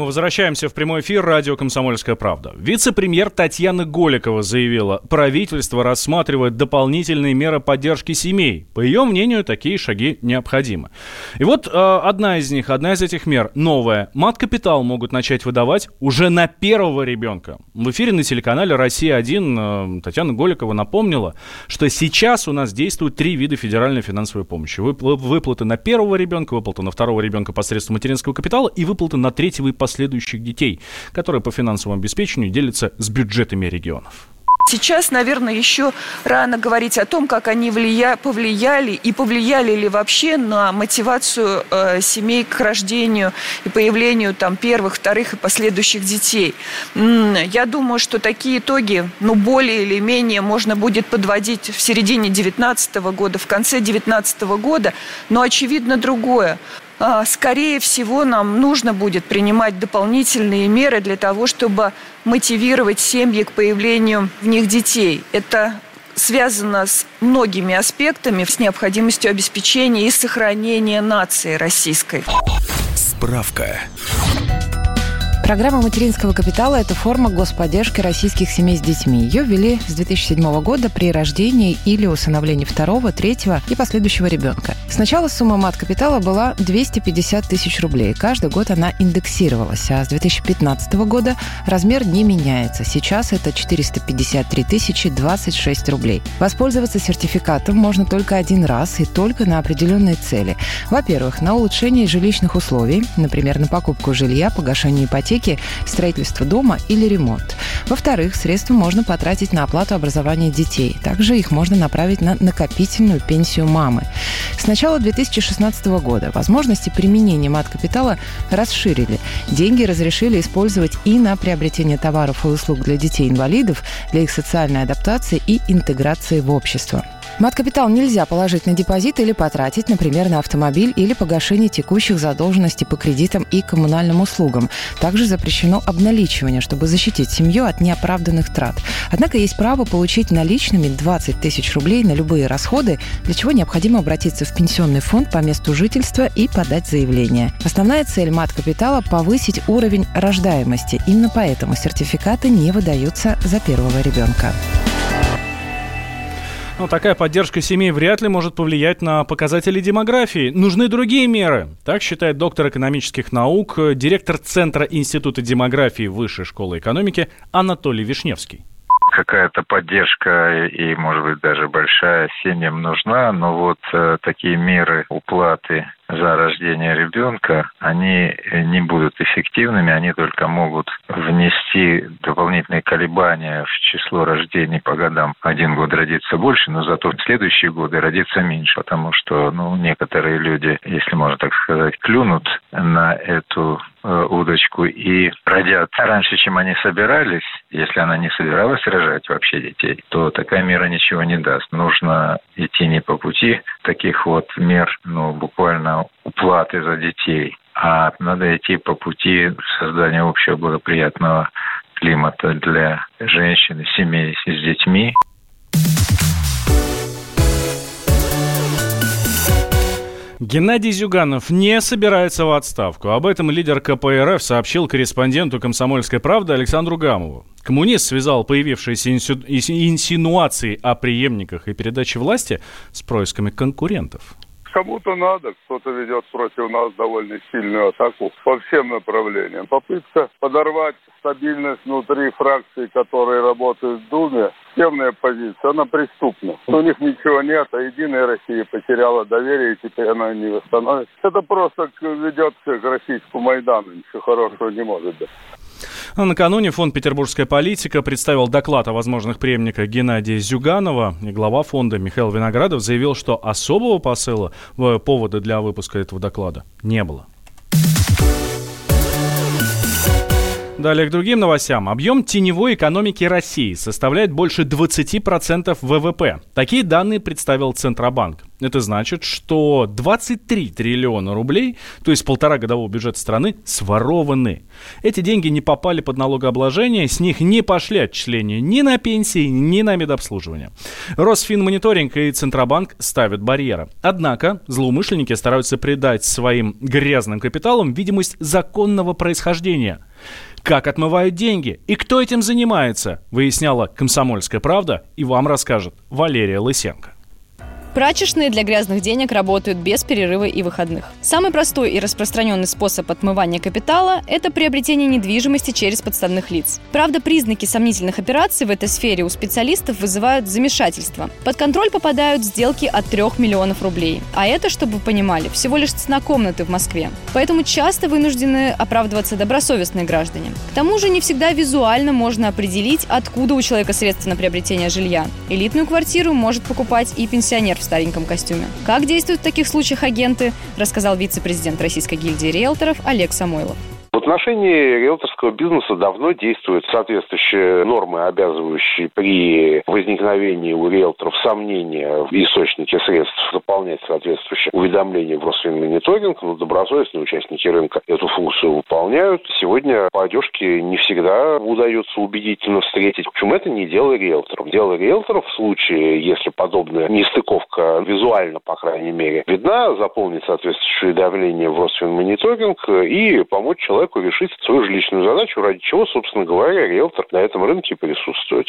возвращаемся в прямой эфир радио «Комсомольская правда». Вице-премьер Татьяна Голикова заявила, правительство рассматривает дополнительные меры поддержки семей. По ее мнению, такие шаги необходимы. И вот одна из этих мер новая. Мат-капитал могут начать выдавать уже на первого ребенка. В эфире на телеканале «Россия-1» Татьяна Голикова напомнила, что сейчас у нас действуют 3 вида федеральной финансовой помощи. Выплаты на первого ребенка, выплаты на второго ребенка посредством материнского капитала и выплаты на третьего и последующих детей, которые по финансовому обеспечению делятся с бюджетами регионов. Сейчас, наверное, еще рано говорить о том, как они повлияли и повлияли ли вообще на мотивацию семей к рождению и появлению первых, вторых и последующих детей. Я думаю, что такие итоги, более или менее можно будет подводить в середине 2019 года, в конце 2019 года, но очевидно другое. Скорее всего, нам нужно будет принимать дополнительные меры для того, чтобы мотивировать семьи к появлению в них детей. Это связано с многими аспектами, с необходимостью обеспечения и сохранения нации российской. Справка. Программа материнского капитала – это форма господдержки российских семей с детьми. Ее ввели с 2007 года при рождении или усыновлении второго, третьего и последующего ребенка. Сначала сумма мат-капитала была 250 тысяч рублей. Каждый год она индексировалась, а с 2015 года размер не меняется. Сейчас это 453 тысячи 26 рублей. Воспользоваться сертификатом можно только один раз и только на определенные цели. Во-первых, на улучшение жилищных условий, например, на покупку жилья, погашение ипотеки, строительство дома или ремонт. Во-вторых, средства можно потратить на оплату образования детей. Также их можно направить на накопительную пенсию мамы. С начала 2016 года возможности применения мат-капитала расширили. Деньги разрешили использовать и на приобретение товаров и услуг для детей-инвалидов, для их социальной адаптации и интеграции в общество. Мат-капитал нельзя положить на депозит или потратить, например, на автомобиль или погашение текущих задолженностей по кредитам и коммунальным услугам. Также запрещено обналичивание, чтобы защитить семью от неоправданных трат. Однако есть право получить наличными 20 тысяч рублей на любые расходы, для чего необходимо обратиться в пенсионный фонд по месту жительства и подать заявление. Основная цель мат-капитала – повысить уровень рождаемости. Именно поэтому сертификаты не выдаются за первого ребенка. Но такая поддержка семей вряд ли может повлиять на показатели демографии. Нужны другие меры. Так считает доктор экономических наук, директор Центра Института демографии Высшей школы экономики Анатолий Вишневский. Какая-то поддержка и, может быть, даже большая семьям нужна, но такие меры уплаты за рождение ребенка, они не будут эффективными, они только могут внести дополнительные колебания в число рождений по годам. Один год родится больше, но зато в следующие годы родится меньше, потому что некоторые люди, если можно так сказать, клюнут на эту удочку и родят раньше, чем они собирались. Если она не собиралась рожать вообще детей, то такая мера ничего не даст. Нужно идти не по пути таких мер, буквально уплаты за детей, а надо идти по пути создания общего благоприятного климата для женщин и семей с детьми. Геннадий Зюганов не собирается в отставку. Об этом лидер КПРФ сообщил корреспонденту «Комсомольской правды» Александру Гамову. Коммунист связал появившиеся инсинуации о преемниках и передаче власти с происками конкурентов. Кому-то надо, кто-то ведет против нас довольно сильную атаку по всем направлениям. Попытка подорвать стабильность внутри фракций, которые работают в Думе, системная позиция, она преступна. У них ничего нет, а Единая Россия потеряла доверие, и теперь она не восстановится. Это просто ведет к российскому Майдану, ничего хорошего не может быть. Накануне фонд «Петербургская политика» представил доклад о возможных преемниках Геннадия Зюганова. И глава фонда Михаил Виноградов заявил, что особого повода для выпуска этого доклада не было. Далее к другим новостям. Объем теневой экономики России составляет больше 20% ВВП. Такие данные представил Центробанк. Это значит, что 23 триллиона рублей, то есть 1,5 годового бюджета страны, сворованы. Эти деньги не попали под налогообложение, с них не пошли отчисления ни на пенсии, ни на медобслуживание. Росфинмониторинг и Центробанк ставят барьеры. Однако злоумышленники стараются придать своим грязным капиталам видимость законного происхождения. Как отмывают деньги и кто этим занимается, выясняла «Комсомольская правда», и вам расскажет Валерия Лысенко. Прачечные для грязных денег работают без перерыва и выходных. Самый простой и распространенный способ отмывания капитала – это приобретение недвижимости через подставных лиц. Правда, признаки сомнительных операций в этой сфере у специалистов вызывают замешательство. Под контроль попадают сделки от 3 миллионов рублей. А это, чтобы вы понимали, всего лишь цена комнаты в Москве. Поэтому часто вынуждены оправдываться добросовестные граждане. К тому же не всегда визуально можно определить, откуда у человека средства на приобретение жилья. Элитную квартиру может покупать и пенсионер в стареньком костюме. Как действуют в таких случаях агенты, рассказал вице-президент Российской гильдии риэлторов Олег Самойлов. В отношении риэлторского бизнеса давно действуют соответствующие нормы, обязывающие при возникновении у риэлторов сомнения в источнике средств заполнять соответствующие уведомления в Росфинмониторинг, но добросовестные участники рынка эту функцию выполняют. Сегодня по одежке не всегда удается убедительно встретить. Почему это не дело риэлторов? Дело риэлторов в случае, если подобная нестыковка визуально, по крайней мере, видна, заполнить соответствующее уведомление в Росфинмониторинг и помочь человеку решить свою жилищную задачу, ради чего, собственно говоря, риэлтор на этом рынке присутствует.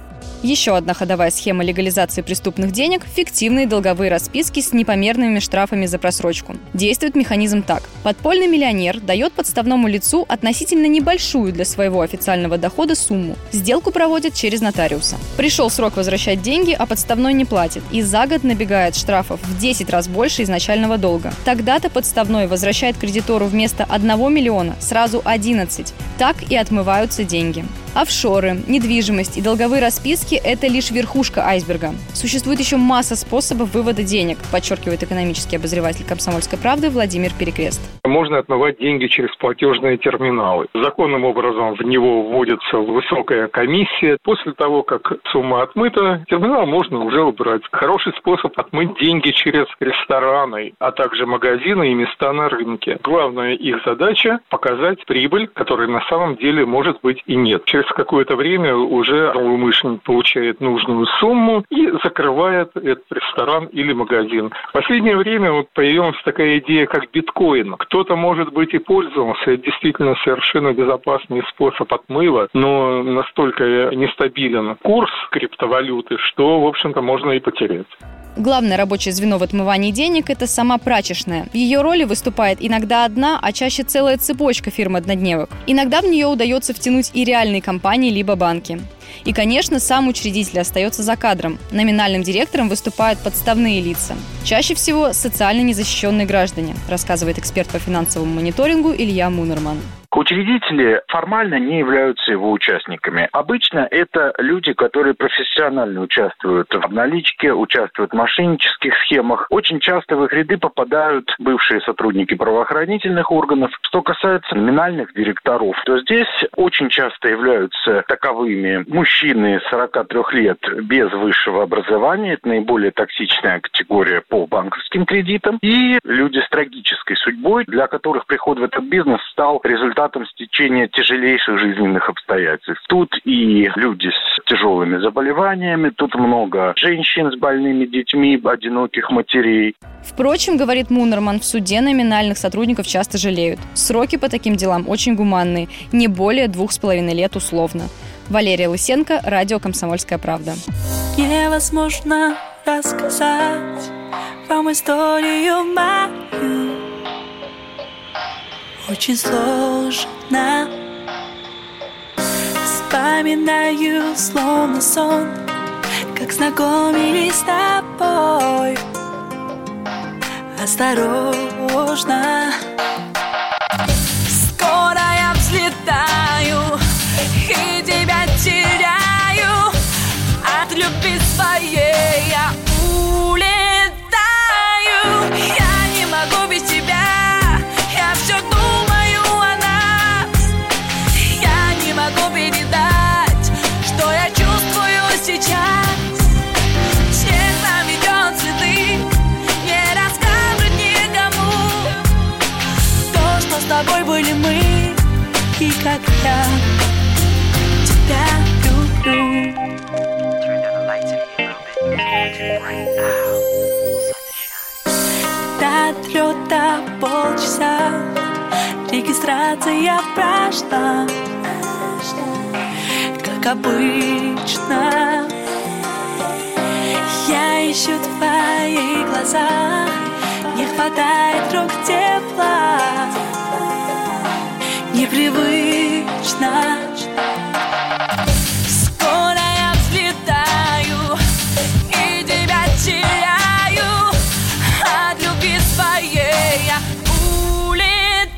Еще одна ходовая схема легализации преступных денег – фиктивные долговые расписки с непомерными штрафами за просрочку. Действует механизм так. Подпольный миллионер дает подставному лицу относительно небольшую для своего официального дохода сумму. Сделку проводят через нотариуса. Пришел срок возвращать деньги, а подставной не платит. И за год набегает штрафов в 10 раз больше изначального долга. Тогда-то подставной возвращает кредитору вместо 1 миллиона сразу 11. Так и отмываются деньги. Офшоры, недвижимость и долговые расписки – это лишь верхушка айсберга. Существует еще масса способов вывода денег, подчеркивает экономический обозреватель «Комсомольской правды» Владимир Перекрест. Можно отмывать деньги через платежные терминалы. Законным образом в него вводится высокая комиссия. После того, как сумма отмыта, терминал можно уже убрать. Хороший способ отмыть деньги через рестораны, а также магазины и места на рынке. Главная их задача – показать прибыль, которой на самом деле может быть и нет. Через какое-то время уже злоумышленник получает нужную сумму и закрывает этот ресторан или магазин. В последнее время появилась такая идея, как биткоин. Кто-то, может быть, и пользовался. Это действительно совершенно безопасный способ отмыва, но настолько нестабилен курс криптовалюты, что, в общем-то, можно и потерять. Главное рабочее звено в отмывании денег – это сама прачечная. В ее роли выступает иногда одна, а чаще целая цепочка фирм-однодневок. Иногда в нее удается втянуть и реальные компании, либо банки. И, конечно, сам учредитель остается за кадром. Номинальным директором выступают подставные лица. Чаще всего социально незащищенные граждане, рассказывает эксперт по финансовому мониторингу Илья Мунерман. Учредители формально не являются его участниками. Обычно это люди, которые профессионально участвуют в наличке, участвуют в мошеннических схемах. Очень часто в их ряды попадают бывшие сотрудники правоохранительных органов. Что касается номинальных директоров, то здесь очень часто являются таковыми мужчины 43 лет без высшего образования. Это наиболее токсичная категория по банковским кредитам. И люди с трагической судьбой, для которых приход в этот бизнес стал результатом стечения тяжелейших жизненных обстоятельств. Тут и люди с тяжелыми заболеваниями, тут много женщин с больными детьми, одиноких матерей. Впрочем, говорит Мунерман, в суде номинальных сотрудников часто жалеют. Сроки по таким делам очень гуманные, не более 2,5 лет условно. Валерия Лысенко, радио «Комсомольская правда». Невозможно рассказать вам историю мою. Очень сложно. Вспоминаю словно сон, как знакомились с тобой. Осторожно. Скоро я взлетаю и тебя теряю. От любви своей я улетаю. Я не могу без тебя. Я все думаю о нас. Я полчаса. Регистрация прошла, как обычно. Я ищу твои глаза, не хватает рук тепла. Непривычно. Скоро я взлетаю и тебя теряю. От любви своей я улетаю.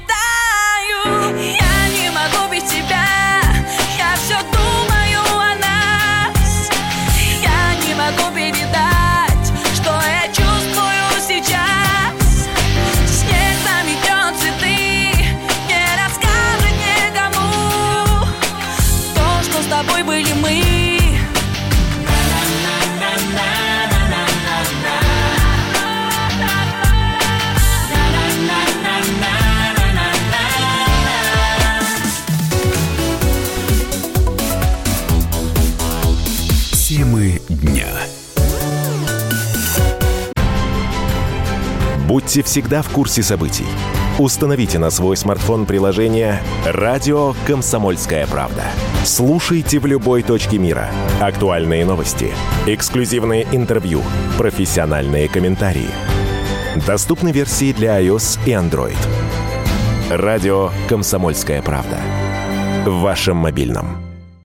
Я не могу без тебя. Я все думаю о нас. Я не могу передать, что я чувствую сейчас. Снег заметет цветы, не расскажет никому то, что с тобой были мы. Темы дня. Будьте всегда в курсе событий. Установите на свой смартфон приложение «Радио Комсомольская правда». Слушайте в любой точке мира. Актуальные новости, эксклюзивные интервью, профессиональные комментарии. Доступны версии для iOS и Android. «Радио Комсомольская правда». В вашем мобильном.